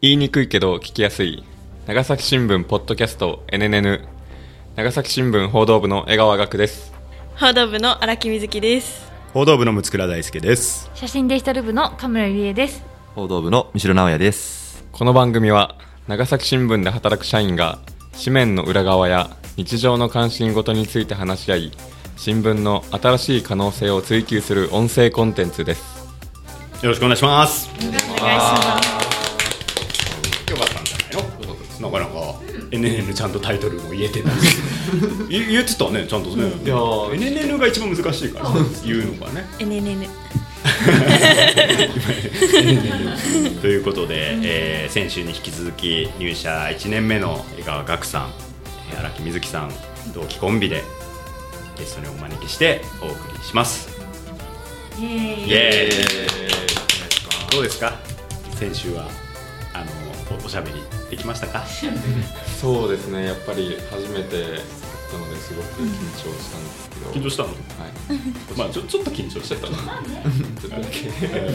言いにくいけど聞きやすい長崎新聞ポッドキャスト NNN 長崎新聞報道部の江川学です。 報道部の荒木瑞希です。 報道部の六倉大輔です。 写真デジタル部の神村理恵です。 報道部の三代直也です。 この番組は長崎新聞で働く社員が紙面の裏側や日常の関心事について話し合い、新聞の新しい可能性を追求する音声コンテンツです。 よろしくお願いします。 お願いします。 よかったんじゃないの？なかなか NNN ちゃんとタイトルも言えてない言ってたね、ちゃんとね。いや NNN が一番難しいから言うのがね。 NNN ということで、先週に引き続き入社1年目の江川学さん、荒木瑞希さん、同期コンビでゲストにお招きしてお送りします。イエーイ。どうですか？先週はおしゃべりできましたか？ そうですね、やっぱり初めてだったのですごく緊張したんですけど。 緊張したの？はい。まあちょっと緊張しちゃったな。ちょっとだけ。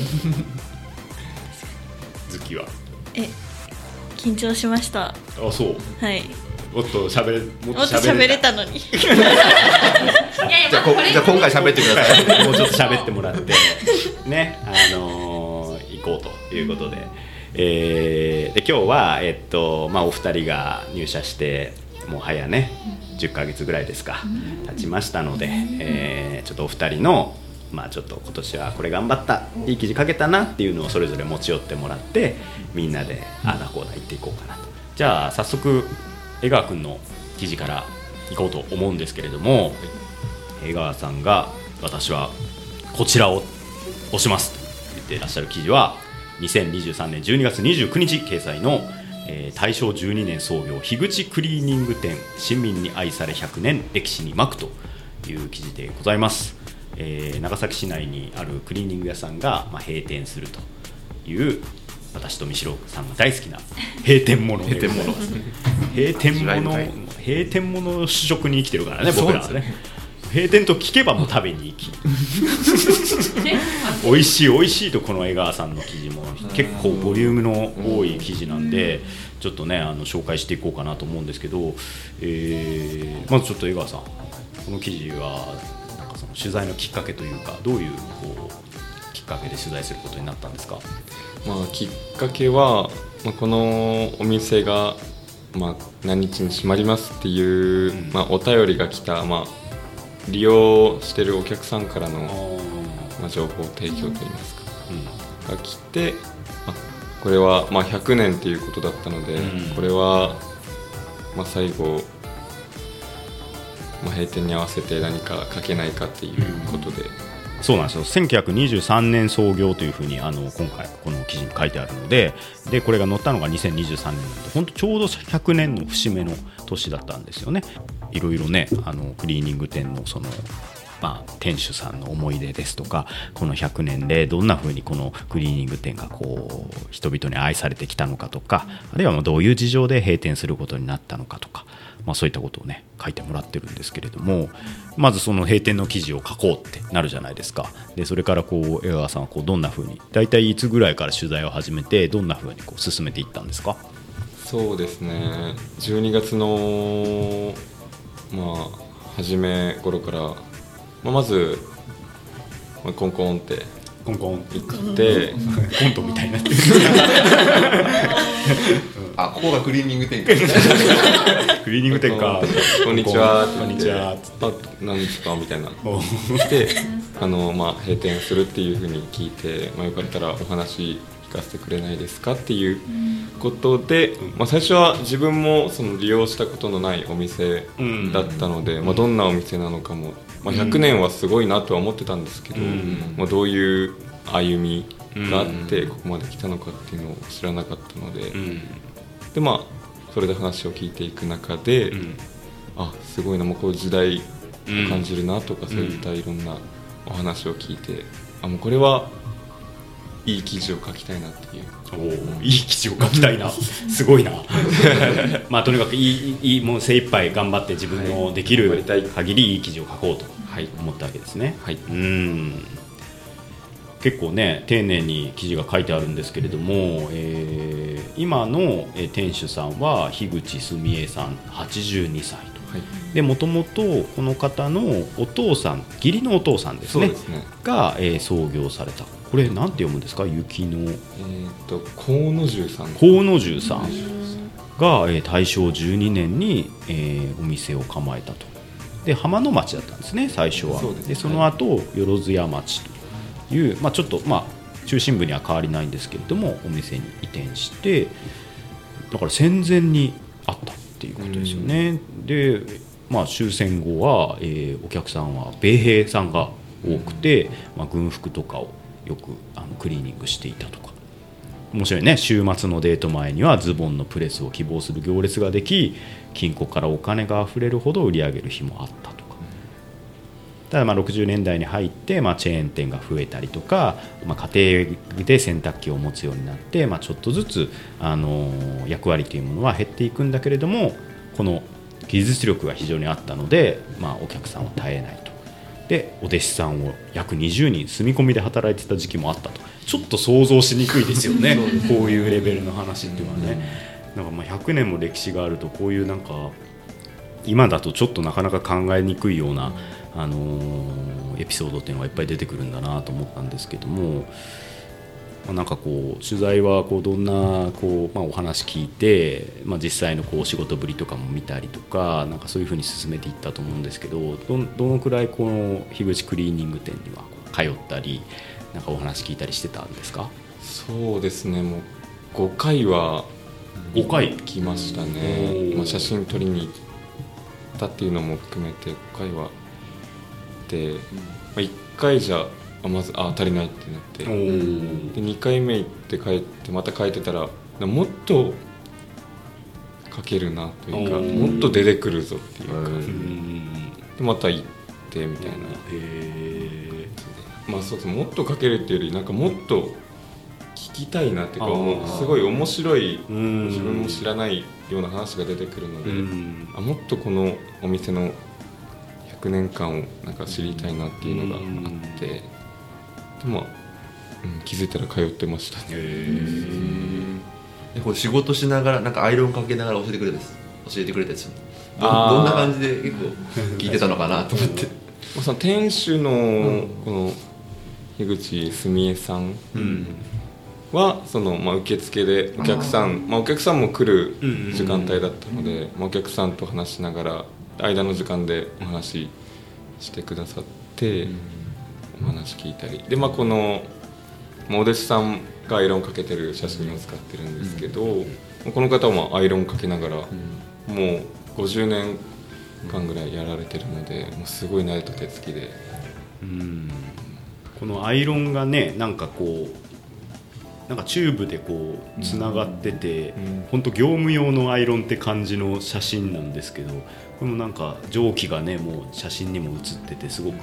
ズキは？ 緊張しました。 あ、そう。 はい。 もっと喋れたのに。 じゃあ今回喋ってください。 もうちょっと喋ってもらってね、行こうということで。で今日は、お二人が入社してもう早ね10ヶ月ぐらいですか経ちましたので、ちょっとお二人の、ちょっと今年はこれ頑張った、いい記事書けたなっていうのをそれぞれ持ち寄ってもらって、みんなであーだこーだ言っていこうかなと。じゃあ早速江川君の記事からいこうと思うんですけれども、江川さんが私はこちらを押しますと言っていらっしゃる記事は2023年12月29日掲載の、大正12年創業樋口クリーニング店、市民に愛され100年歴史に幕という記事でございます。長崎市内にあるクリーニング屋さんが、閉店するという私と三代さんが大好きな閉店もので閉店もの主食に生きてるからね、僕らはね。閉店と聞けばもう食べに行き美味しいと、この江川さんの記事も結構ボリュームの多い記事なんで、ちょっとね紹介していこうかなと思うんですけど、まずちょっと江川さん、この記事はなんかその取材のきっかけというか、どういうきっかけで取材することになったんですか？ きっかけは、このお店が、何日に閉まりますっていう、お便りが来た、利用してるお客さんからの、情報提供といいますか、が来て、これは、100年っていうことだったので、これは、最後、閉店に合わせて何か書けないかっていうことで、 そうなんですよ。1923年創業というふうに今回この記事に書いてあるので、これが載ったのが2023年なので、本当ちょうど100年の節目の年だったんですよね。いろいろね、クリーニング店の店主さんの思い出ですとか、この100年でどんなふうにこのクリーニング店が人々に愛されてきたのかとか、あるいはどういう事情で閉店することになったのかとか、そういったことをね書いてもらってるんですけれども、まずその閉店の記事を書こうってなるじゃないですか。でそれから江川さんはどんなふうに、大体いつぐらいから取材を始めて、どんなふうに進めていったんですか？ そうですね、12月の初め頃から、まず、コンコンってコンコン行ってコントみたいになってるここがクリーニング店かクリーニング店か、 こんにちはこんにちは何ですかみたいなで閉店するっていうふうに聞いて、よかったらお話聞かせてくれないですかっていうことで、最初は自分もその利用したことのないお店だったので、どんなお店なのかも、100年はすごいなとは思ってたんですけど、どういう歩みがあってここまで来たのかっていうのを知らなかったので、でそれで話を聞いていく中で、すごいな、もうこういう時代を感じるなとか、そういったいろんなお話を聞いて、もうこれはいい記事を書きたいなっていう。 いい記事を書きたいなすごいなとにかくもう精一杯頑張って自分のできる限りいい記事を書こうと思ったわけですね。 はい、 結構ね丁寧に記事が書いてあるんですけれども、今の店主さんは樋口澄江さん82歳と。でもともとこの方のお父さん、義理のお父さんですね、が、創業された。これなんて読むんですか？雪の河野重さん。 河野重さんが、大正12年に、お店を構えたと。で浜野町だったんですね最初は。でその後、よろずや町という、ちょっと中心部には変わりないんですけれどもお店に移転して、だから戦前にあったっていうことですよね。で、終戦後は、お客さんは米兵さんが多くて、軍服とかをよくクリーニングしていたとか。面白いね。週末のデート前にはズボンのプレスを希望する行列ができ、金庫からお金があふれるほど売り上げる日もあったとか。ただ60年代に入って、チェーン店が増えたりとか、家庭で洗濯機を持つようになって、ちょっとずつ、役割というものは減っていくんだけれども、この技術力が非常にあったので、お客さんは絶えないと。でお弟子さんを約20人住み込みで働いてた時期もあったと。ちょっと想像しにくいですよねこういうレベルの話っていうのはね。なんか100年も歴史があるとこういうなんか今だとちょっとなかなか考えにくいような、エピソードっていうのがいっぱい出てくるんだなと思ったんですけども、なんかこう取材はこうどんなこう、お話聞いて、実際のこう仕事ぶりとかも見たりとか、なんかそういうふうに進めていったと思うんですけど、どのくらいこの樋口クリーニング店には通ったりなんかお話聞いたりしてたんですか？ そうですね、もう5回は 5回来ましたね。写真撮りに行ったっていうのも含めて5回はで、1回じゃまず足りないってなって、で2回目行って帰ってまた書いてたらもっと書けるなというか、もっと出てくるぞっていうか、でまた行ってみたいな。そうです。もっと書けるっていうよりなんかもっと聞きたいなっていうか、もうすごい面白い、自分も知らないような話が出てくるので、もっとこのお店の100年間をなんか知りたいなっていうのがあって、で気づいたら通ってましたね。 これ仕事しながらなんかアイロンかけながら教えてくれたやつ、どんな感じで結構聞いてたのかなと思ってその店主のこの樋口澄江さんはその受付でお客さんも来る時間帯だったので、お客さんと話しながら間の時間でお話ししてくださってお話聞いたりで、このお弟子さんがアイロンかけてる写真を使ってるんですけど、この方もアイロンかけながらもう50年間ぐらいやられてるので、もうすごい慣れた手つきで、 このアイロンがね、なんかこうなんかチューブでこうつながってて、本当業務用のアイロンって感じの写真なんですけど、これもなんか蒸気がねもう写真にも写っててすごく、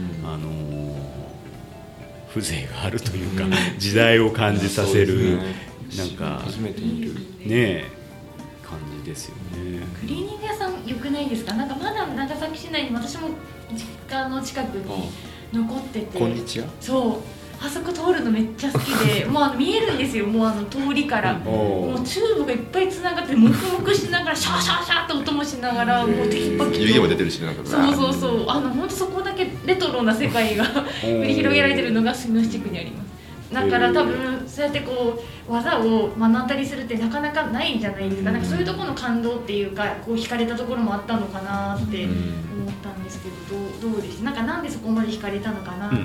風情があるというか、時代を感じさせる、なんか初めて見るね感じですよね。 クリーニング屋さん良くないですか？なんかまだ長崎市内に私も実家の近くに残ってて、 こんにちは。 そうあそこ通るのめっちゃ好きでもう見えるんですよ、もう通りからもうチューブがいっぱいつながってムクムクしながらシャーシャーシャーって音もしながら、もうテキパキと湯気も出てるし、なんかそう本当そこだけレトロな世界が繰り広げられてるのが住吉地区にあります。だから多分そうやってこう技を目の当たりするってなかなかないんじゃないですか。なんかそういうところの感動っていうか、こう惹かれたところもあったのかなって思ったんですけど、どうでした？なんでそこまで惹かれたのかなと思って。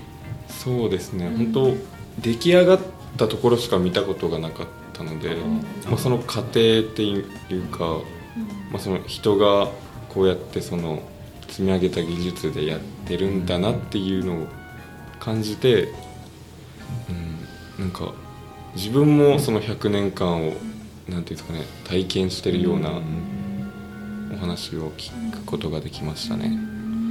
そうですね、本当出来上がったところしか見たことがなかったので、その過程っていうか、その人がこうやってその積み上げた技術でやってるんだなっていうのを感じて、なんか自分もその100年間をなんていうんですかね、体験してるようなお話を聞くことができましたね。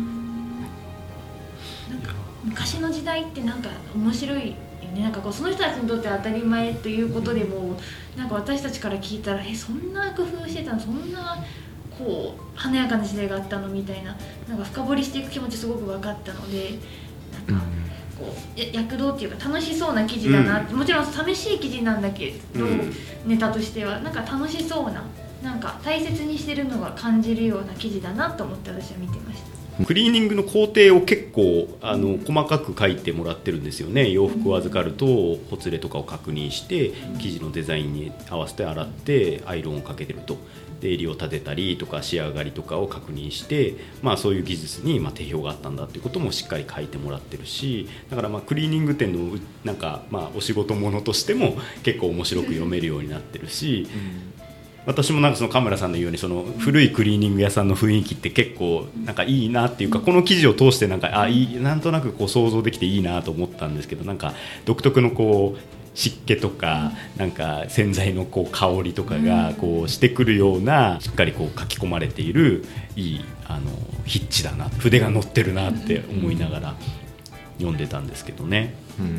昔の時代ってなんか面白いよね。なんかこうその人たちにとって当たり前ということでも、なんか私たちから聞いたらそんな工夫してたの、そんなこう華やかな時代があったのみたいな、なんか深掘りしていく気持ちすごく分かったので、なんかこう躍動っていうか楽しそうな記事だなって、もちろん寂しい記事なんだけど、ネタとしてはなんか楽しそうな、なんか大切にしてるのが感じるような記事だなと思って私は見てました。 クリーニングの工程を結構細かく書いてもらってるんですよね。洋服を預かるとほつれとかを確認して生地のデザインに合わせて洗ってアイロンをかけてると、で襟を立てたりとか仕上がりとかを確認して、そういう技術に定評があったんだっていうこともしっかり書いてもらってるし、だからクリーニング店のなんかお仕事ものとしても結構面白く読めるようになってるし、私もなんかその神村さんのようにその古いクリーニング屋さんの雰囲気って結構なんかいいなっていうか、この記事を通してなんかなんとなくこう想像できていいなと思ったんですけど、なんか独特のこう湿気とかなんか洗剤のこう香りとかがこうしてくるような、しっかりこう書き込まれているいい筆致だな、筆が乗ってるなって思いながら読んでたんですけどね。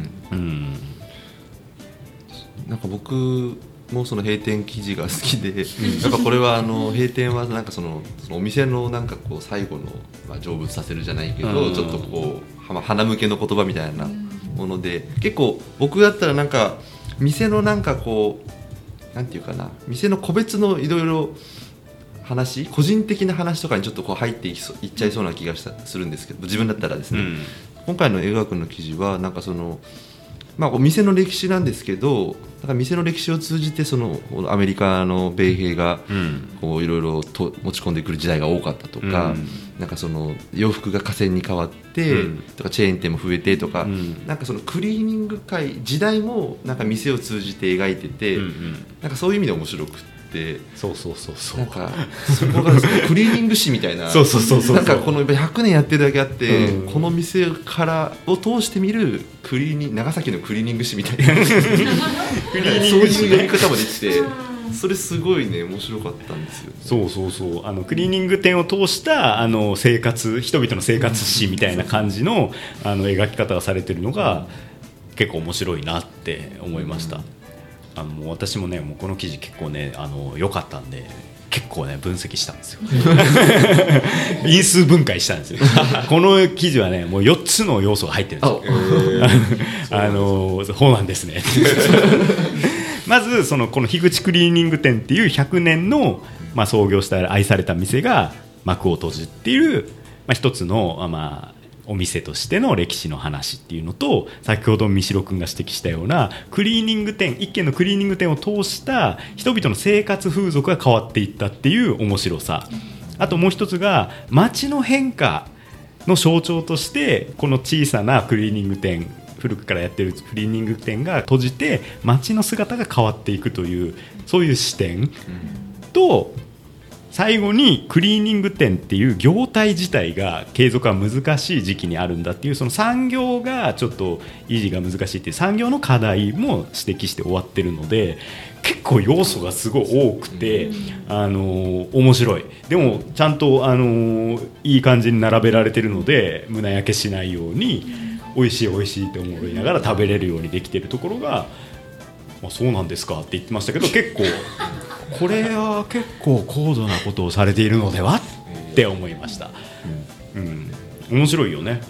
なんか僕もうその閉店記事が好きで、やっぱこれは閉店はなんかそのお店のなんかこう最後の成仏させるじゃないけど、ちょっとこう花向けの言葉みたいなもので、結構僕だったらなんか店のなんかこうなんていうかな、店の個別のいろいろ話、個人的な話とかにちょっとこう入っていっちゃいそうな気がするんですけど、自分だったらですね、今回の江川君の記事はなんかそのお店の歴史なんですけど、だから店の歴史を通じてそのアメリカの米兵がこういろいろと持ち込んでくる時代が多かったとか、なんかその洋服が河川に変わってとかチェーン店も増えてとか、なんかそのクリーニング界時代もなんか店を通じて描いてて、なんかそういう意味で面白くて。なんかそこがクリーニング誌みたいな、なんかこの100年やってるだけあって、この店からを通して見る長崎のクリーニング誌みたいなそういう読み方もできて、それすごいね面白かったんですよ、ね、 そうクリーニング店を通した生活、人々の生活史みたいな感じの描き方がされてるのが結構面白いなって思いました。もう私もね、もうこの記事結構ね良かったんで結構ね分析したんですよ因数分解したんですよこの記事はねもう4つの要素が入ってるんですよそうなんですねまずこの樋口クリーニング店っていう100年の、創業した愛された店が幕を閉じっている、一つの、お店としての歴史の話っていうのと、先ほど三代君が指摘したようなクリーニング店、一軒のクリーニング店を通した人々の生活風俗が変わっていったっていう面白さ、あともう一つが街の変化の象徴としてこの小さなクリーニング店、古くからやってるクリーニング店が閉じて街の姿が変わっていくという、そういう視点と、最後にクリーニング店っていう業態自体が継続は難しい時期にあるんだっていう、その産業がちょっと維持が難しいっていう産業の課題も指摘して終わってるので、結構要素がすごい多くて、面白い。でもちゃんと、いい感じに並べられてるので胸焼けしないように美味しい美味しいって思いながら食べれるようにできてるところが、そうなんですかって言ってましたけど、結構これは結構高度なことをされているのではって思いました。面白いよね。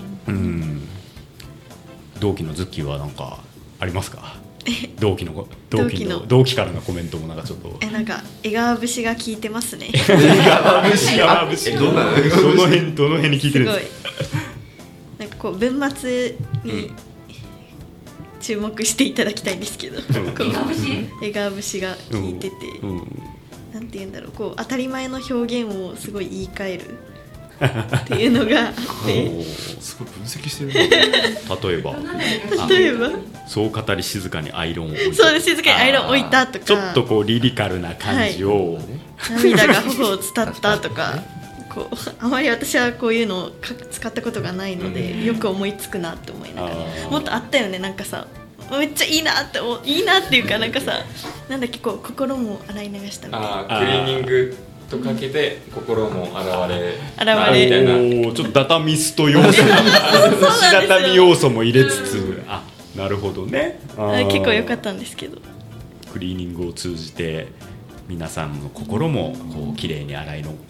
同期のズッキーは何かありますか？同期からのコメントもなんかちょっとなんか江川節が効いてますね。 江川節どの辺に効いてるんですか？ なんかこう文末に注目していただきたいんですけど、江川節が効いてて、なんて言うんだろう、こう当たり前の表現をすごい言い換えるっていうのがあってすごい分析してる例えばそう語り静かにアイロンを置いた、 そうです、静かにアイロンを置いたとか、 ちょっとこうリリカルな感じを、 涙が頬を伝ったとかこうあまり私はこういうのを使ったことがないので、よく思いつくなって思いながら、もっとあったよね、なんかさ、めっちゃいいなっていうか、なんかさ、なんだっけ、こう心も洗い流したみたいな、 クリーニングとかけて心も洗われみたいな、ちょっとダタミスト要素石畳要素も入れつつ、なるほどね、 結構良かったんですけど、 クリーニングを通じて皆さんの心もこう綺麗に洗い流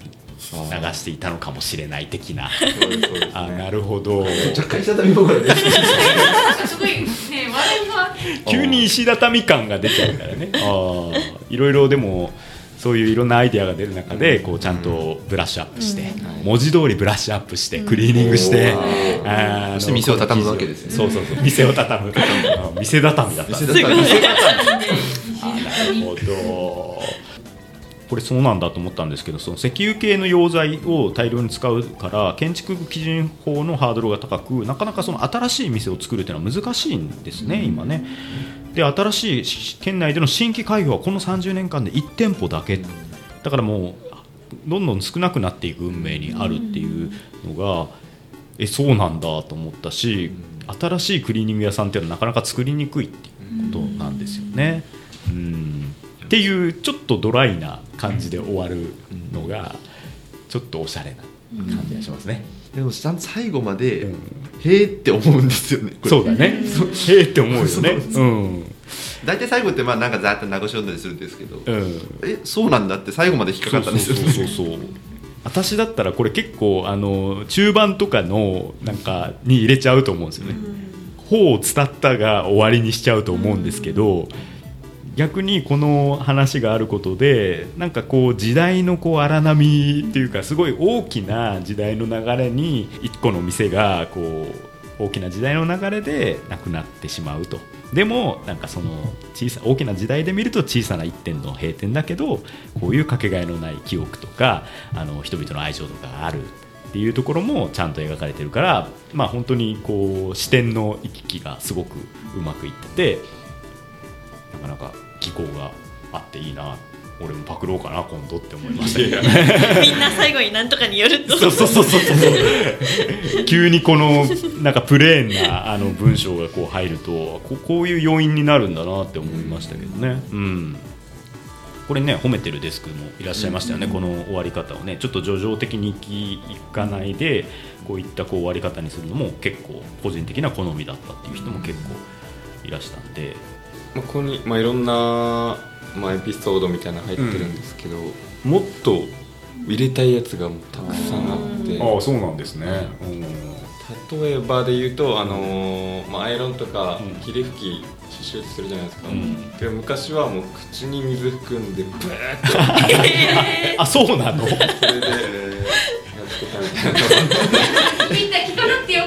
していたのかもしれない的な。 そうですそうですね。 あ、なるほど。 若干石畳っぽくね。 すごいね、笑いが急に石畳感が出ちゃうからね。いろいろでもそういういろんなアイデアが出る中でこうちゃんとブラッシュアップして、文字通りブラッシュアップしてクリーニングして、 そして店を畳むわけですよね。 そう店を畳む店畳だったんです。 店畳なるほど。これそうなんだと思ったんですけど、その石油系の溶剤を大量に使うから建築基準法のハードルが高く、なかなかその新しい店を作るというのは難しいんですね、今ね。で、新しい県内での新規開業はこの30年間で1店舗だけだから、もうどんどん少なくなっていく運命にあるっていうのがそうなんだと思ったし、新しいクリーニング屋さんっていうのはなかなか作りにくいっていうことなんですよね。っていうちょっとドライな感じで終わるのがちょっとおしゃれな感じがしますね。 でもちゃんと最後まで、へーって思うんですよね。 そうだね。へーって思うよね。 大体最後ってまあなんかざーっと流し読んだりするんですけど、そうなんだって最後まで引っかかったんですよね。 そう私だったらこれ結構中盤とかのなんかに入れちゃうと思うんですよね。頬を伝ったが終わりにしちゃうと思うんですけど、逆にこの話があることでなんかこう時代のこう荒波っていうか、すごい大きな時代の流れに一個の店がこう大きな時代の流れでなくなってしまうと。でもなんかその大きな時代で見ると小さな一店の閉店だけど、こういうかけがえのない記憶とか人々の愛情とかがあるっていうところもちゃんと描かれてるから、まあ本当にこう視点の行き来がすごくうまくいってて、なかなか技巧があっていいな、俺もパクろうかな今度って思いましたね。 みんな最後に何とかによるとそう急にこのなんかプレーンな文章がこう入るとこういう要因になるんだなって思いましたけどね。これね、褒めてるデスクもいらっしゃいましたよね。この終わり方をね、ちょっと叙情的にいかないでこういったこう終わり方にするのも結構個人的な好みだったっていう人も結構いらしたんで、 ここに、いろんな、エピソードみたいなの入ってるんですけど、もっと入れたいやつがたくさんあって。 そうなんですね。 例えばで言うと、アイロンとか霧吹きシュッシュするじゃないですか。で昔はもう口に水含んでブーってそうなの。 それでやってたみたいな。 みんな聞かなくてよか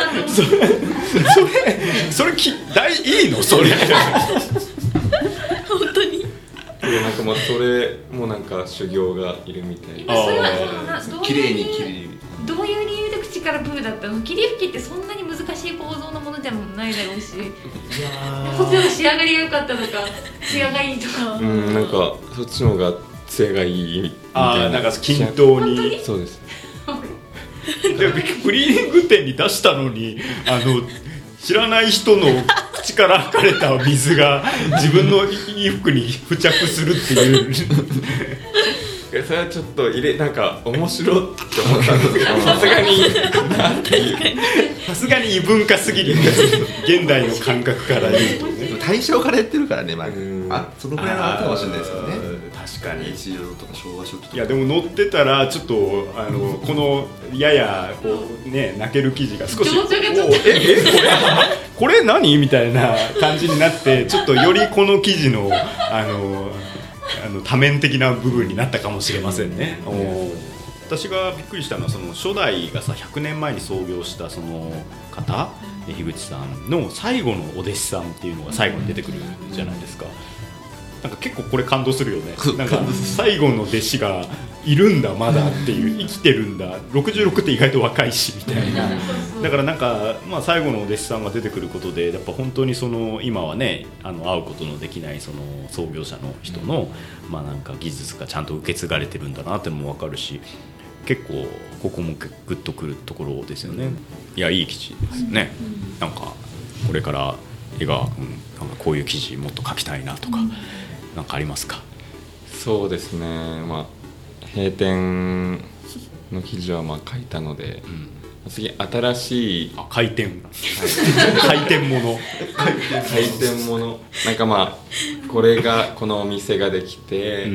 ったそれいいのそれ。 本当に。 なんかそれもなんか修行がいるみたい。 それは綺麗に切り。 どういう理由で口からブーだったの？霧吹きってそんなに難しい構造のものじゃないだろうし、こっちの仕上がりが良かったとか艶がいいとか、 なんかそっちの方が艶がいいみたいな。 なんか均等に。 そうです。 クリーニング店に出したのに知らない人の口から吐かれた水が自分の衣服に付着するっていうそれはちょっとなんか面白って思ったんですけど、さすがにさすがに異文化すぎる現代の感覚から言うとね。 大正からやってるからね、そのくらいのあったかもしれないですよね。 確かに。 日常とか昭和初期とか。 いやでも乗ってたらちょっとこのややこうね泣ける記事が少しこれ何みたいな感じになって、ちょっとよりこの記事の多面的な部分になったかもしれませんね。私がびっくりしたのはその初代がさ100年前に創業したその方、樋口さんの最後のお弟子さんっていうのが最後に出てくるじゃないですか。なんか結構これ感動するよね。なんか最後の弟子がいるんだまだっていう、生きてるんだ、66って意外と若いしみたいな。だからなんか、最後のお弟子さんが出てくることでやっぱ本当にその今はね会うことのできないその創業者の人の、なんか技術がちゃんと受け継がれてるんだなってのも分かるし、結構ここもグッとくるところですよね。いやいい記事ですね。なんかこれから江川君なんかこういう記事もっと書きたいなとか、なんかありますか？ そうですね、閉店の記事は書いたので、次新しい回転回転もの回転ものなんかこれがこのお店ができて、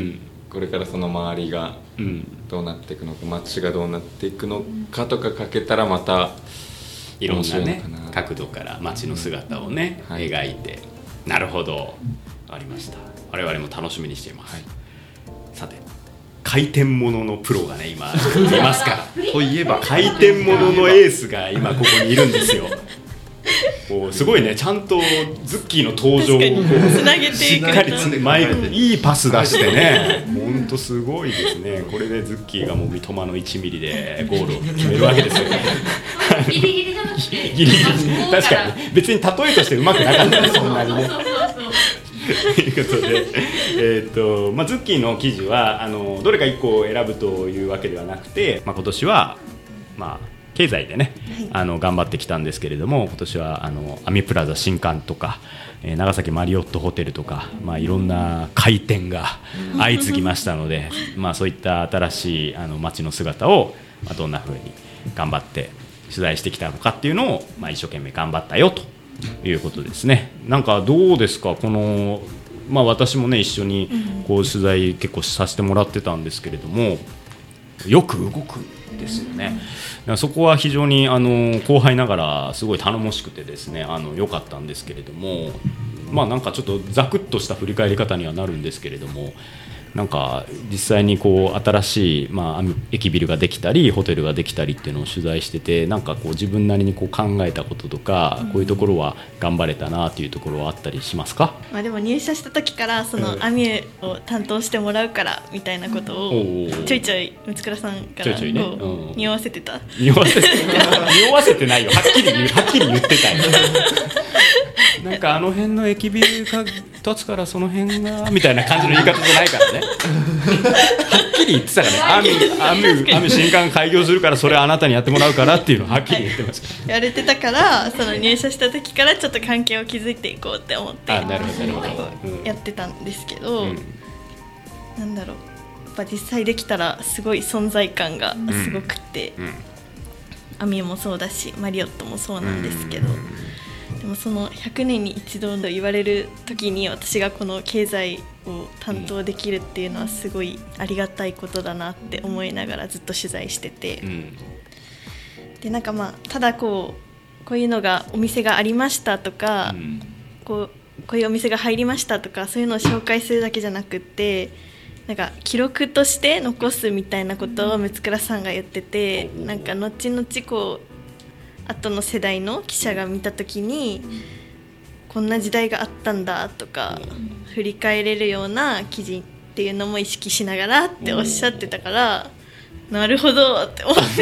これからその周りがどうなっていくのか、街がどうなっていくのかとか書けたらまたいろんなね面白いのかな角度から街の姿をね、 はい描いて、なるほど、ありました。我々も楽しみにしています、さて回転物のプロがね今いますからといえば回転物のエースが今ここにいるんですよ。こうすごいね、ちゃんとズッキーの登場をこうつなげていくしっかりマイクいいパス出してね、本当すごいですね。これでズッキーがもう三笘の1ミリでゴールを決めるわけですよギリギリじゃなくてギリギリ確かに別に例えとしてうまくなかったねそんなにね。 そうということで、ズッキーの記事はどれか1個を選ぶというわけではなくて、今年は、経済でね、頑張ってきたんですけれども、今年はアミプラザ新館とか、長崎マリオットホテルとか、いろんな開店が相次ぎましたので、そういった新しい街の姿を、どんな風に頑張って取材してきたのかっていうのを、一生懸命頑張ったよということですね。なんかどうですか、この、私もね一緒にこう取材結構させてもらってたんですけれども、よく動くんですよね。だからそこは非常に後輩ながらすごい頼もしくてですね、良かったんですけれども、なんかちょっとざくっとした振り返り方にはなるんですけれども、なんか実際にこう新しい、駅ビルができたりホテルができたりっていうのを取材してて、なんかこう自分なりにこう考えたこととか、こういうところは頑張れたなっていうところはあったりしますか？ でも入社した時からそのアミュを担当してもらうからみたいなことをちょいちょい六倉さんからちょいちょいね、 こう匂わせてた。 匂わせてないよ、はっきり言ってたよなんか辺の駅ビルが建つからその辺がみたいな感じの言い方じゃないからねはっきり言ってたからね、アミ新館開業するからそれあなたにやってもらうからっていうのをはっきり言ってました、 言われてたから、その入社した時からちょっと関係を築いていこうって思ってなるほど、 やってたんですけど、なんだろう、やっぱ実際できたらすごい存在感がすごくて、アミもそうだしマリオットもそうなんですけど、でもその100年に一度と言われる時に私がこの経済を担当できるっていうのはすごいありがたいことだなって思いながらずっと取材してて、でなんかただこういうのがお店がありましたとか、こういうお店が入りましたとかそういうのを紹介するだけじゃなくって、なんか記録として残すみたいなことを六倉さんが言ってて、なんか後々こう後の世代の記者が見た時にこんな時代があったんだとか振り返れるような記事っていうのも意識しながらっておっしゃってたから、なるほどって思って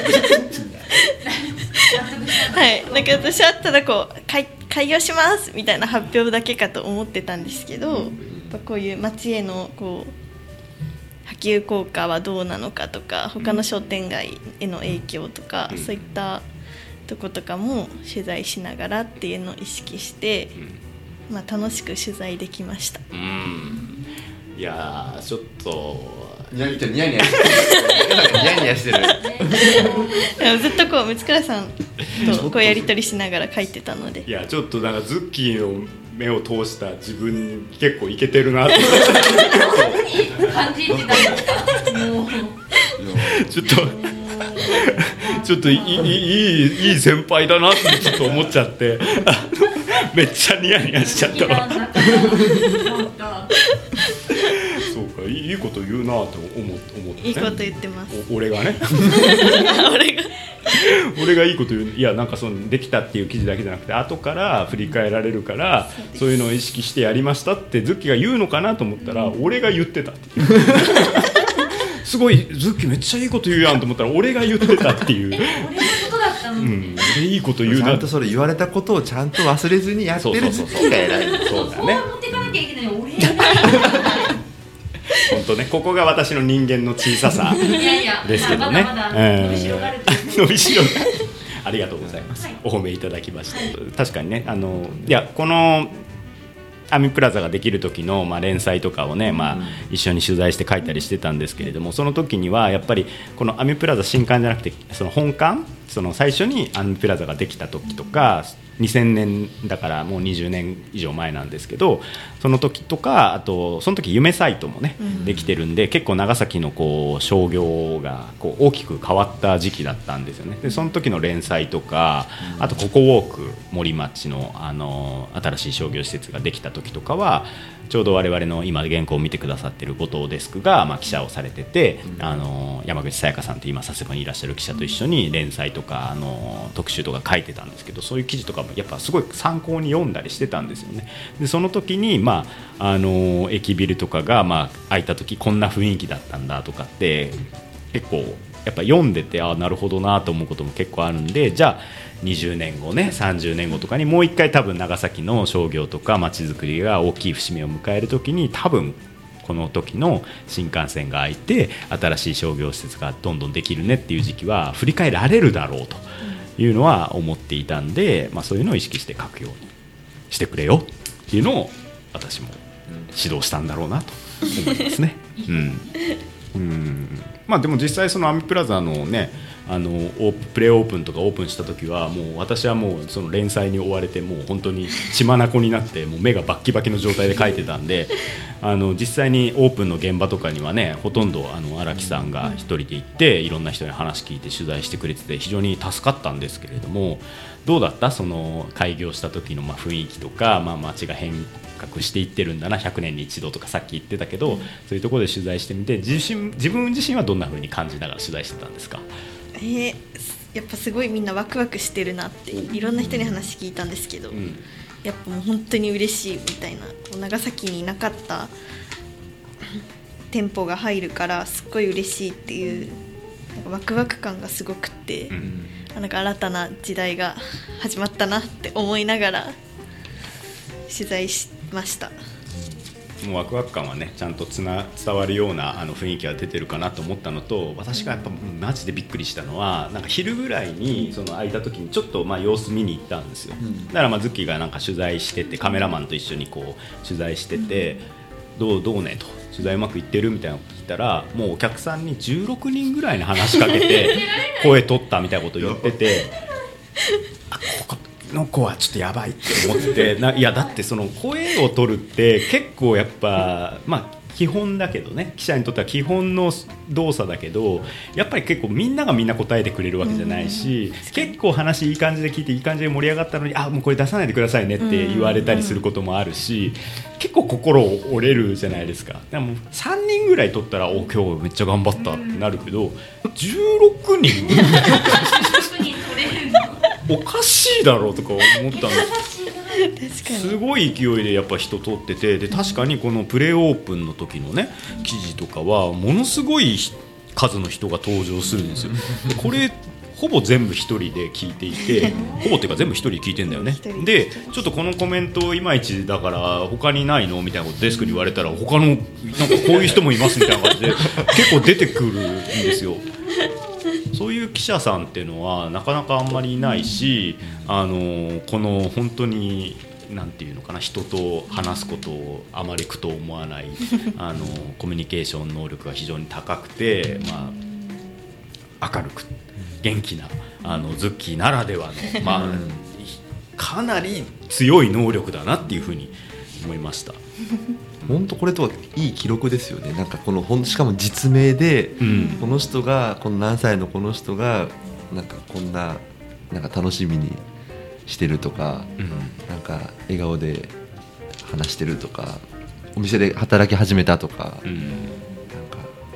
はい、なんか私はただこう開業しますみたいな発表だけかと思ってたんですけど、やっぱこういう街へのこう波及効果はどうなのかとか、他の商店街への影響とか、そういったとことかも取材しながらっていうのを意識して、楽しく取材できました。 いやーちょっとニヤニヤしてるでもずっとこう六倉さんとこうやり取りしながら書いてたので、 いやちょっとなんかズッキーの目を通した自分結構イケてるなって感じてたんですか？もうちょっといい先輩だなってちょっと思っちゃってめっちゃニヤニヤしちゃったわそうか、いいこと言うなと思って、ね、 いいこと言ってます。 俺がね俺がいいこと言う。いやなんかそのできたっていう記事だけじゃなくて後から振り返られるからそういうのを意識してやりましたってズッキーが言うのかなと思ったら俺が言ってたってすごいズッキーめっちゃいいこと言うやんと思ったら俺が言ってたっていう俺のことだったの、 俺いいこと言うなちゃんとそれ言われたことをちゃんと忘れずにやってるズッキーが偉い。 そうだね、 持っていかなきゃいけない俺本当ね、ここが私の人間の小ささですけどね。 まだ伸びしろがある伸びしろがありがとうございます、お褒めいただきました。確かにね、いやこのアミプラザができる時の、連載とかをね、一緒に取材して書いたりしてたんですけれども、その時にはやっぱりこのアミプラザ新館じゃなくてその本館、その最初にアミプラザができた時とか 2000年だからもう20年以上前なんですけど、その時とか、あとその時夢サイトもね、できてるんで、結構長崎のこう商業がこう大きく変わった時期だったんですよね。でその時の連載とか、あとココウォーク森町の新しい商業施設ができた時とかは、ちょうど我々の今原稿を見てくださっている後藤デスクが記者をされてて、山口さやかさんって今さすがにいらっしゃる記者と一緒に連載とか特集とか書いてたんですけど、そういう記事とかもやっぱすごい参考に読んだりしてたんですよね。でその時に、駅ビルとかが開いた時こんな雰囲気だったんだとかって結構やっぱ読んでて、なるほどなと思うことも結構あるんで、じゃあ20年後ね30年後とかにもう一回多分長崎の商業とか街づくりが大きい節目を迎える時に、多分この時の新幹線が開いて新しい商業施設がどんどんできるねっていう時期は振り返られるだろうというのは思っていたんで、そういうのを意識して書くようにしてくれよっていうのを私も指導したんだろうなと思いますね。でも実際そのアミプラザのねプレオープンとかオープンした時はもう私はもうその連載に追われてもう本当に血眼になってもう目がバッキバキの状態で書いてたんで実際にオープンの現場とかにはねほとんど荒木さんが一人で行っていろんな人に話聞いて取材してくれてて非常に助かったんですけれども、どうだったその開業した時の雰囲気とか、街が変革していってるんだな100年に一度とかさっき言ってたけど、そういうところで取材してみて自分自身はどんな風に感じながら取材してたんですか？ やっぱすごいみんなワクワクしてるなっていろんな人に話聞いたんですけど、やっぱもう本当に嬉しいみたいな、長崎になかった店舗が入るからすっごい嬉しいっていうなんかワクワク感がすごくって、なんか新たな時代が始まったなって思いながら取材しました。 もうワクワク感はねちゃんと伝わるような雰囲気が出てるかなと思ったのと、私がやっぱマジでびっくりしたのはなんか昼ぐらいにその空いた時にちょっと様子見に行ったんですよ。だからズッキーがなんか取材しててカメラマンと一緒にこう取材してて、どうねと取材うまくいってるみたいなのを聞いたら、もうお客さんに16人ぐらいに話しかけて声取ったみたいなことを言っててこの子はちょっとやばいって思っていやだってその声を取るって結構やっぱ基本だけどね、記者にとっては基本の動作だけど、やっぱり結構みんながみんな答えてくれるわけじゃないし、結構話いい感じで聞いていい感じで盛り上がったのにもうこれ出さないでくださいねって言われたりすることもあるし、結構心折れるじゃないですか。でも3人ぐらい取ったら今日めっちゃ頑張ったってなるけど、16人おかしいだろうとか思ったんです。すごい勢いでやっぱ人通ってて、で確かにこのプレオープンの時のね記事とかはものすごい数の人が登場するんですよ。これほぼ全部一人で聞いていてほぼっていうか全部一人で聞いてんだよね。でちょっとこのコメントいまいちだから他にないのみたいなことデスクに言われたら、他のなんかこういう人もいますみたいな感じで結構出てくるんですよ。そういう記者さんっていうのはなかなかあんまりいないし、この本当になんていうのかな、人と話すことをあまり苦と思わないコミュニケーション能力が非常に高くて、明るく元気なズッキーならではの、かなり強い能力だなっていうふうに思いました。 本当これとはいい記録ですよね。なんかこのしかも実名で、この人がこの何歳のこの人がなんかこんななんか楽しみにしてるとか、なんか笑顔で話してるとか、お店で働き始めたとか、なんか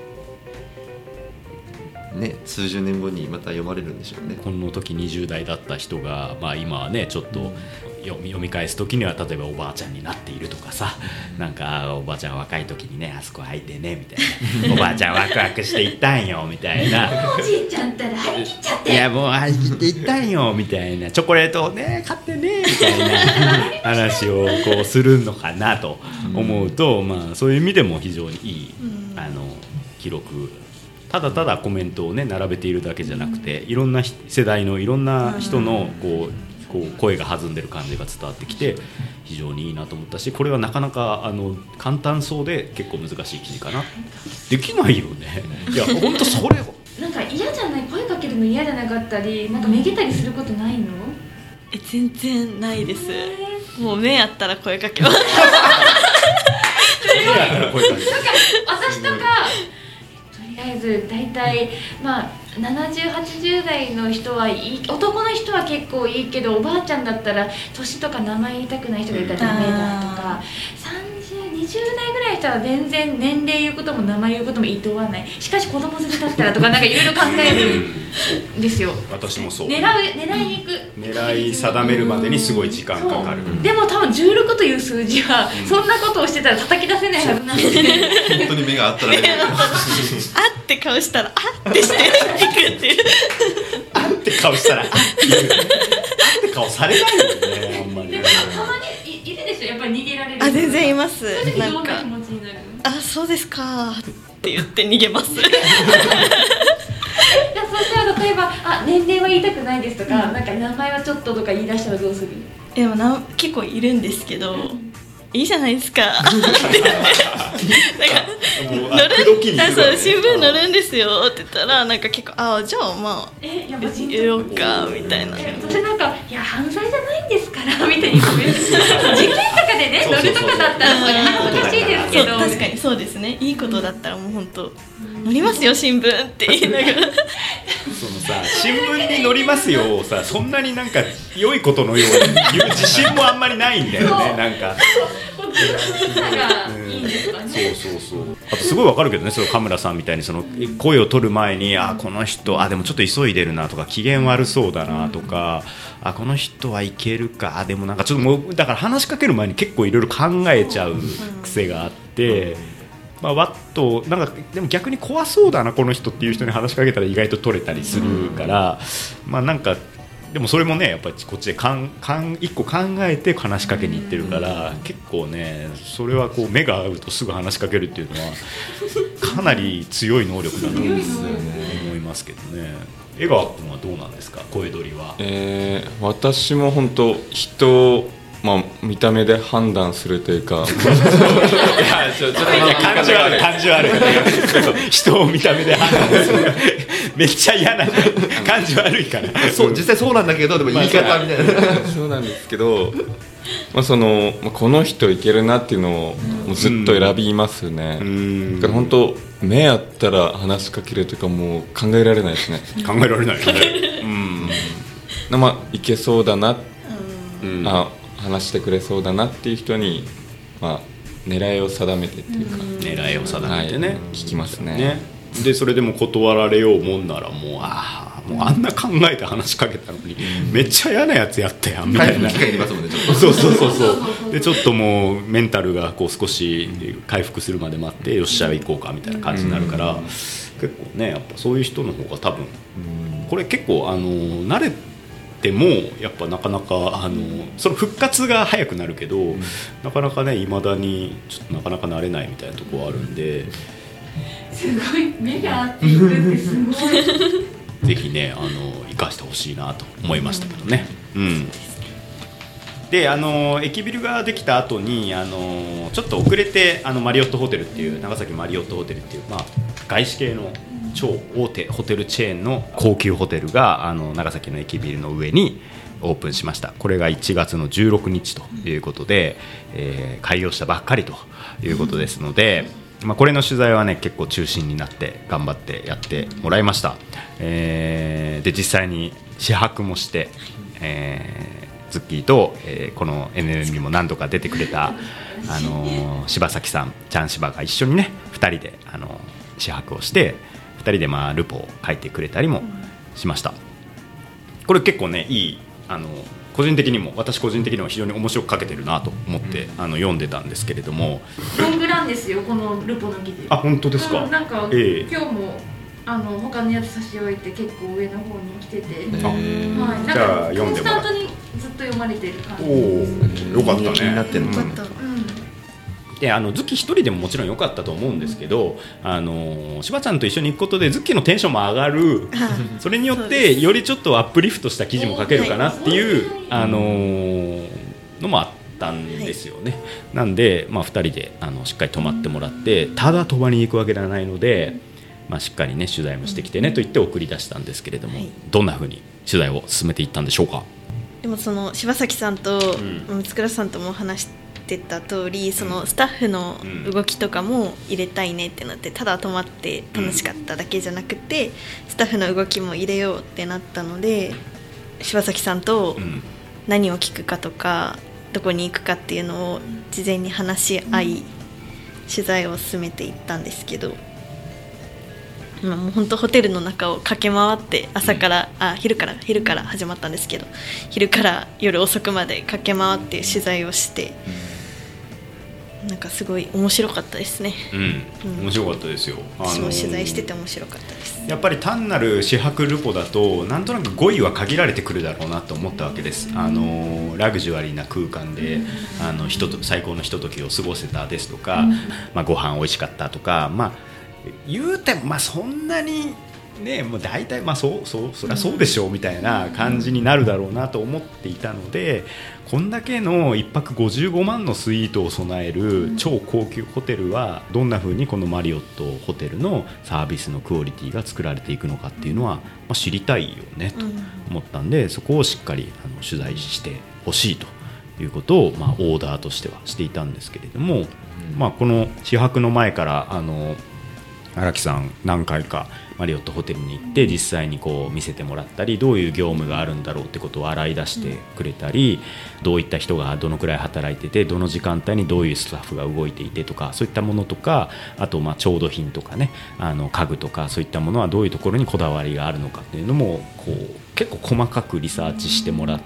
ね数十年後にまた読まれるんでしょうね。 この時20代だった人が、今はねちょっと読み返す時には例えばおばあちゃんになっているとかさ、なんかおばあちゃん若い時にねあそこ空いてねみたいなおばあちゃんワクワクしていったんよみたいなおじいちゃんったら張り切っちゃって、 いやもう張り切っていったんよみたいな、チョコレートをね買ってねみたいな話をこうするのかなと思うと、そういう意味でも非常にいい記録。ただただコメントをね並べているだけじゃなくて、いろんな世代のいろんな人のこう声が弾んでる感じが伝わってきて非常にいいなと思ったし、これはなかなか簡単そうで結構難しい記事かな。できないよね。いや本当それをなんか嫌じゃない、声かけるの嫌じゃなかったり、なんかめげたりすることないの？ 全然ないです。もう目あったら声かけます。 私とかとりあえず大体70、80代の人はいい、男の人は結構いいけど、おばあちゃんだったら年とか名前言いたくない人がいたらダメだとか、30、20代ぐらいの人は全然年齢言うことも名前言うこともいとわない。しかし子供連れだったらとかなんかいろいろ考えるんですよ。 私もそう。 狙いに行く。 狙い定めるまでにすごい時間かかる。 でも多分16という数字はそんなことをしてたら叩き出せないはずなんで。 本当に目があったらあって顔したらあってしていくっていう。 あって顔したらあって顔されないよね、あんまり。 でもたまにいるでしょ、やっぱり逃げられる。 全然います。 そういう時どんな気持ちになる？ そうですかって言って逃げます。 そうしたら例えば年齢は言いたくないですとか、なんか名前はちょっととか言い出したらどうする？ でも結構いるんですけど、いいじゃないですかって言ってなんかそう新聞載るんですよって言ったら、なんか結構じゃあ言おうかみたいな。 私なんかいや犯罪じゃないんですからみたいに事件とかでね載るとかだったら恥ずかしいですけど、 確かにそうですね。いいことだったらもう本当載りますよ新聞って言いながら。 そのさ、新聞に載りますよをさ、そんなになんか良いことのように言う自信もあんまりないんだよね。なんかそうあとすごいわかるけどね、その神村さんみたいにその声を取る前にこの人でもちょっと急いでるなとか、機嫌悪そうだなとか、この人はいけるか、でもなんかちょっともうだから話しかける前に結構いろいろ考えちゃう癖があって、わっとなんかでも逆に怖そうだなこの人っていう人に話しかけたら意外と取れたりするから、なんかでもそれもねやっぱりこっちで一個考えて話しかけに行ってるから、結構ねそれはこう目が合うとすぐ話しかけるっていうのはかなり強い能力だと思いますけどね。江川君はどうなんですか、声取りは？ 私も本当人を見た目で判断するというか感じ悪い人を見た目で判断するめっちゃ嫌な感じ悪いから。 実際そうなんだけど、でも言い方みたいな。 そうなんですけど、この人いけるなっていうのをもうずっと選びますね。だから本当目あったら話しかけるというかもう考えられないですね。 考えられないよね。 いけそうだな、話してくれそうだなっていう人に、狙いを定めてっていうか、 狙いを定めてね、 聞きますね。 でそれでも断られようもんならもうあんな考えて話しかけたのに、めっちゃ嫌なやつやったやんみたいな。そうでちょっともうメンタルがこう少し回復するまで待って、よっしゃ行こうかみたいな感じになるから、結構ねやっぱそういう人の方が多分これ結構慣れてもやっぱなかなかその復活が早くなるけど、なかなかね未だにちょっとなかなか慣れないみたいなところあるんで、 すごい目が合っていくってすごいぜひね生かしてほしいなと思いましたけどね。で駅ビルができた後にちょっと遅れてマリオットホテルっていう長崎マリオットホテルっていう、外資系の超大手ホテルチェーンの高級ホテルが長崎の駅ビルの上にオープンしました。これが1月の16日ということで、開業したばっかりということですので、これの取材はね結構中心になって頑張ってやってもらいました。で実際に試泊もして、ズッキーと、この NN にも何度か出てくれた柴崎さん、ちゃん柴が一緒にね2人で試泊をして2人でルポを書いてくれたりもしました。これ結構ねいい私個人的には非常に面白く書けてるなと思って読んでたんですけれども、 ロングランですよこのルポの記事。 本当ですか？ なんか、今日も他のやつ差し置いて結構上の方に来てて、 じゃあ読んでもらって、 コンスタントにずっと読まれてる感じです。よかったね。 気になってるの。 でズッキー一人でももちろん良かったと思うんですけど、柴ちゃんと一緒に行くことでズッキーのテンションも上がるそれによってよりちょっとアップリフトした記事も書けるかなっていうのもあったんですよね。なんで、2人でしっかり泊まってもらって、ただ泊まりに行くわけではないので、しっかりね取材もしてきてねと言って送り出したんですけれども、どんな風に取材を進めていったんでしょうか？ でもその柴崎さんと三倉さんとも話してた通り、そのスタッフの動きとかも入れたいねってなって、ただ泊まって楽しかっただけじゃなくてスタッフの動きも入れようってなったので、柴崎さんと何を聞くかとかどこに行くかっていうのを事前に話し合い取材を進めていったんですけど、もう本当ホテルの中を駆け回って朝から昼から始まったんですけど、昼から夜遅くまで駆け回って取材をして、なんかすごい面白かったですね。 面白かったですよ。 私も取材してて面白かったです。 やっぱり単なる宿泊ルポだとなんとなく語彙は限られてくるだろうなと思ったわけです。ラグジュアリーな空間で最高のひとときを過ごせたですとか、ご飯美味しかったとか、言うてもそんなにね、もう大体そりゃそうでしょうみたいな感じになるだろうなと思っていたので、こんだけの1泊55万のスイートを備える超高級ホテルはどんな風にこのマリオットホテルのサービスのクオリティが作られていくのかっていうのは知りたいよねと思ったんで、そこをしっかり取材してほしいということをオーダーとしてはしていたんですけれども、この宿泊の前から荒木さん何回かマリオットホテルに行って実際にこう見せてもらったり、どういう業務があるんだろうってことを洗い出してくれたり、どういった人がどのくらい働いてて、どの時間帯にどういうスタッフが動いていてとか、そういったものとか、あと調度品とかね、家具とかそういったものはどういうところにこだわりがあるのかっていうのもこう結構細かくリサーチしてもらって、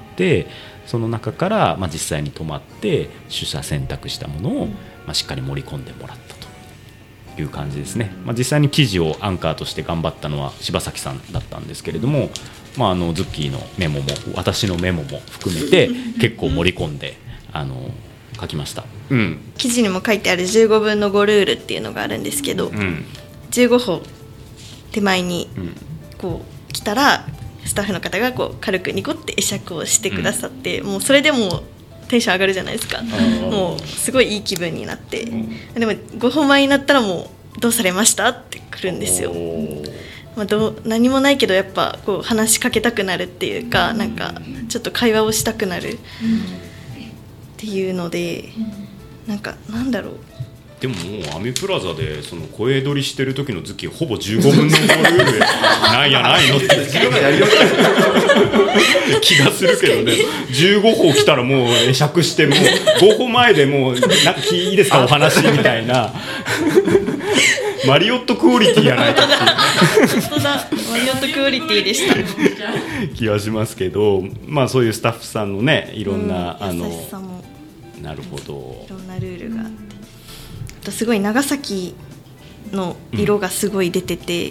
その中から実際に泊まって取捨選択したものをしっかり盛り込んでもらったという感じですね。実際に記事をアンカーとして頑張ったのは柴崎さんだったんですけれども、ズッキーのメモも私のメモも含めて結構盛り込んで書きました。 記事にも書いてある15分の5ルールっていうのがあるんですけど、15歩手前にこう来たらスタッフの方がこう軽くニコって会釈をしてくださって、もうそれでもテンション上がるじゃないですか。もうすごいいい気分になって、でも5歩前になったらもうどうされましたって来るんですよ。何もないけどやっぱこう話しかけたくなるっていうか、なんかちょっと会話をしたくなるっていうので、なんだろう、 でももうアミプラザでその声取りしてる時のズッキーほぼ15分の5ルールでなんやないのって自分がやりよった気がするけどね。15歩来たらもう会釈して、もう5歩前でもうなんかいいですかお話みたいなマリオットクオリティやないかっていう本当だ、マリオットクオリティでした気はしますけど、そういうスタッフさんのね、いろんな優しさも、 なるほど、 いろんなルールがあって、あとすごい長崎の色がすごい出てて、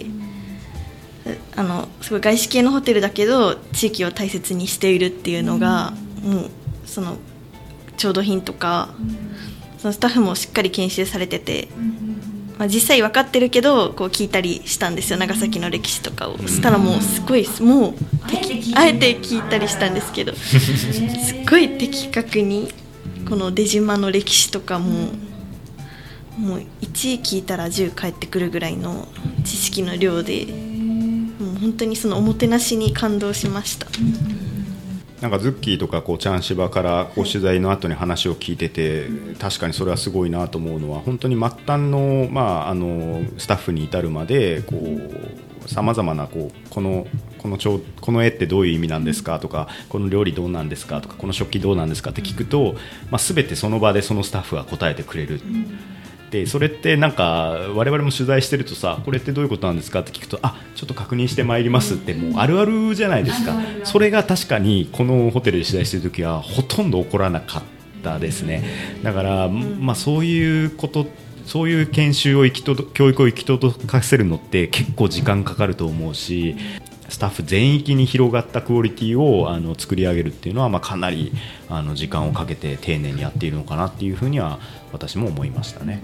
すごい外資系のホテルだけど地域を大切にしているっていうのが、もうその調度品とか、そのスタッフもしっかり研修されてて、実際分かってるけどこう聞いたりしたんですよ、長崎の歴史とかを。そしたらもうすごい、もうあえて聞いたりしたんですけどすっごい的確にこの出島の歴史とかもう1聞いたら10返ってくるぐらいの知識の量で、もう本当にそのおもてなしに感動しました。 なんかズッキーとかチャンシバから取材の後に話を聞いてて、確かにそれはすごいなと思うのは、本当に末端の、スタッフに至るまでさまざまなこの絵ってどういう意味なんですかとか、この料理どうなんですかとか、この食器どうなんですかって聞くと、全てその場でそのスタッフが答えてくれる。でそれってなんか我々も取材してるとさ、これってどういうことなんですかって聞くと、ちょっと確認してまいりますってもうあるあるじゃないですか。それが確かにこのホテルで取材してる時はほとんど起こらなかったですね。だから、そういうこと、そういう研修を教育を行き届かせるのって結構時間かかると思うし、スタッフ全域に広がったクオリティを作り上げるっていうのは、かなり時間をかけて丁寧にやっているのかなっていうふうには私も思いましたね。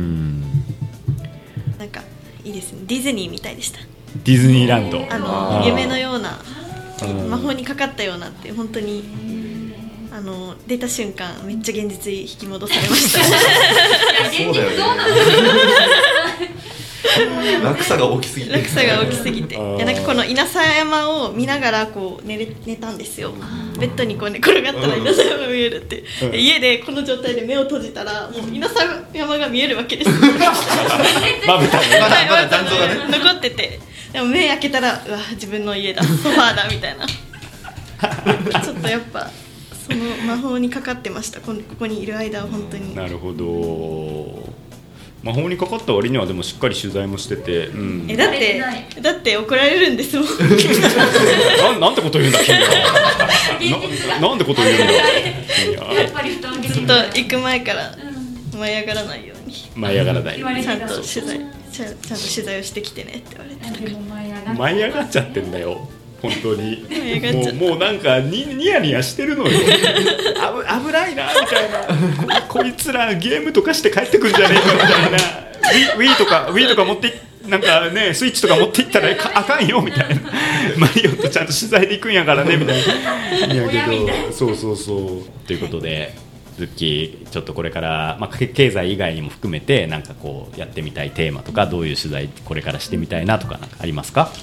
なんかいいですね、ディズニーみたいでした。 ディズニーランド、 夢のような、魔法にかかったようなって、本当に出た瞬間めっちゃ現実に引き戻されました。 そうだよね。 落差が大きすぎて落差が大きすぎて、いやなんかこの稲佐山を見ながらこう寝たんですよ。ベッドにこう寝転がったら稲佐山が見えるって、家でこの状態で目を閉じたらもう稲佐山が見えるわけです。 まぶたね、 まだ残像がね残ってて、でも目開けたらうわ自分の家だ、ソファーだみたいな。ちょっとやっぱその魔法にかかってました。ここにいる間は本当に。 なるほど。魔法にかかった割にはでもしっかり取材もしてて、うん、 だって怒られるんですもん。 なんてこと言うんだ君は。なんてこと言うんだ。 やっぱり布団をずっと行く前から舞い上がらないように、 舞い上がらない、 ちゃんと取材をしてきてねって言われて、 舞い上がっちゃってんだよ本当に。もうなんかニヤニヤしてるのよ。危ないなみたいな。こいつらゲームとかして帰ってくんじゃねえかみたいな。Wii とか持ってなんかね、スイッチとか持っていったらあかんよみたいな。マリオとちゃんと取材で行くんやからねみたいな。いやけどそうということで、ズッキーちょっとこれから、経済以外にも含めてなんかこうやってみたいテーマとか、どういう取材これからしてみたいなとかなんかありますか？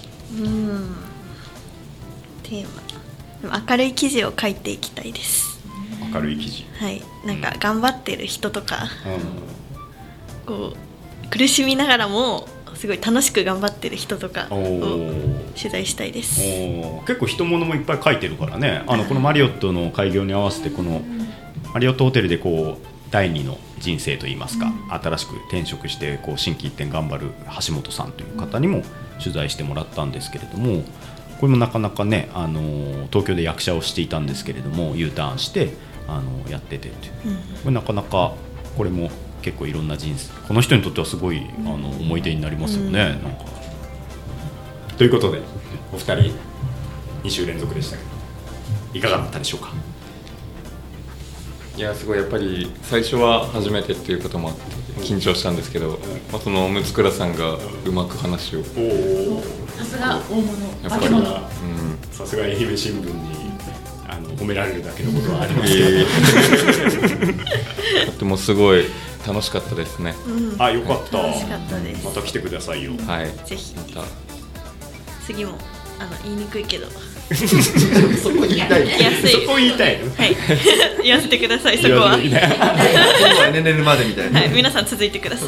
テーマ、明るい記事を書いていきたいです。 明るい記事、 はい、なんか頑張ってる人とか、こう苦しみながらもすごい楽しく頑張ってる人とかを取材したいです。 結構人物もいっぱい書いてるからね。このマリオットの開業に合わせてこのマリオットホテルでこう第二の人生といいますか、新しく転職してこう心機一転頑張る橋本さんという方にも取材してもらったんですけれども、これもなかなかね、東京で役者をしていたんですけれども U ターンしてやってて、これなかなかこれも結構いろんな人生、この人にとってはすごい思い出になりますよね、なんか。ということでお二人2週連続でしたけどいかがだったでしょうか？ いやすごいやっぱり最初は初めてっていうこともあって緊張したんですけど、その六倉さんがうまく話を、 さすが大物、 やっぱり、 さすが愛媛新聞に褒められるだけのことはありますけど、 とてもすごい楽しかったですね。 よかった。 楽しかったです。 また来てくださいよ。 はい。 ぜひ。次も言いにくいけど。 そこ言いたい。 そこ言いたいの。 はい。言わせてください。そこは。 今度は寝るまでみたいな。 はい。皆さん続いてくださ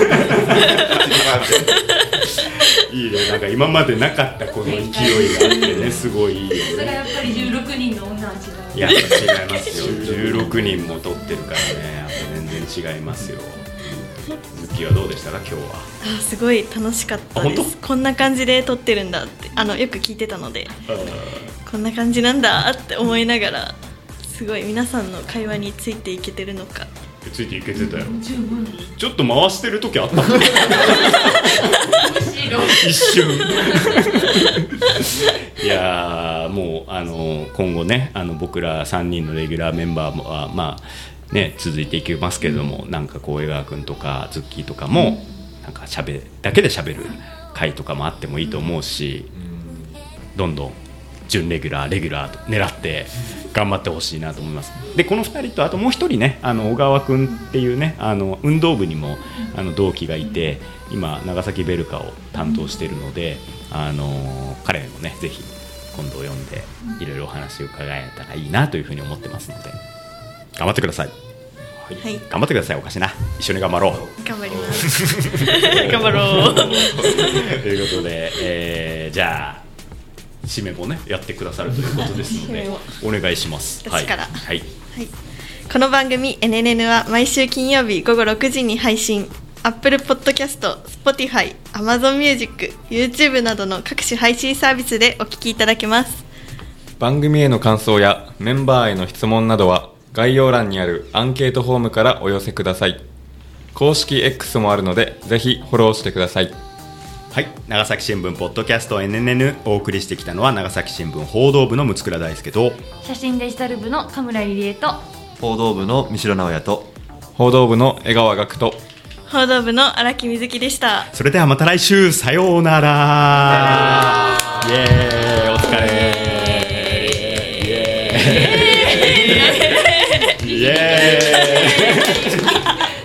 い。いいね。なんか今までなかったこの勢いがあってね、すごいいいよね。 それがやっぱり16人の女は違う。 いや違いますよ。16人も撮ってるからね、やっぱ全然違いますよ。ズッキーはどうでしたか今日は？ すごい楽しかったです。こんな感じで撮ってるんだってよく聞いてたので、こんな感じなんだって思いながら、すごい皆さんの会話についていけてるのか。 ついていけてたよ。ちょっと回してる時あったもん。一瞬。いやもう今後ね僕ら3人のレギュラーメンバーは続いていきますけれども、なんかこう江川君とかズッキーとかもなんかだけで喋る回とかもあってもいいと思うし、どんどん準レギュラーと狙って頑張ってほしいなと思います。でこの2人とあともう1人ね小川君っていうね運動部にも同期がいて今長崎ベルカを担当しているので彼もねぜひ今度読んでいろいろお話を伺えたらいいなというふうに思ってますので頑張ってください。はい、頑張ってください。おかしいな、一緒に頑張ろう。 頑張ります頑張ろうということで、じゃあ締めもねやってくださるということですのでお願いします。 私から、 はい、 この番組 NNN は毎週金曜日午後6時に配信。Apple Podcast、Spotify、Amazon Music、YouTube などの各種配信サービスでお聞きいただけます。 番組への感想やメンバーへの質問などは概要欄にあるアンケートフォームからお寄せください。公式 X もあるのでぜひフォローしてください。 はい、長崎新聞ポッドキャスト NNN お送りしてきたのは長崎新聞報道部の六倉大輔と写真デジタル部の神村入江と報道部の三城直也と報道部の江川学と報道部の荒木瑞希でした。 それではまた来週、さようなら。イエーイ、お疲れ。イエーイイエーイ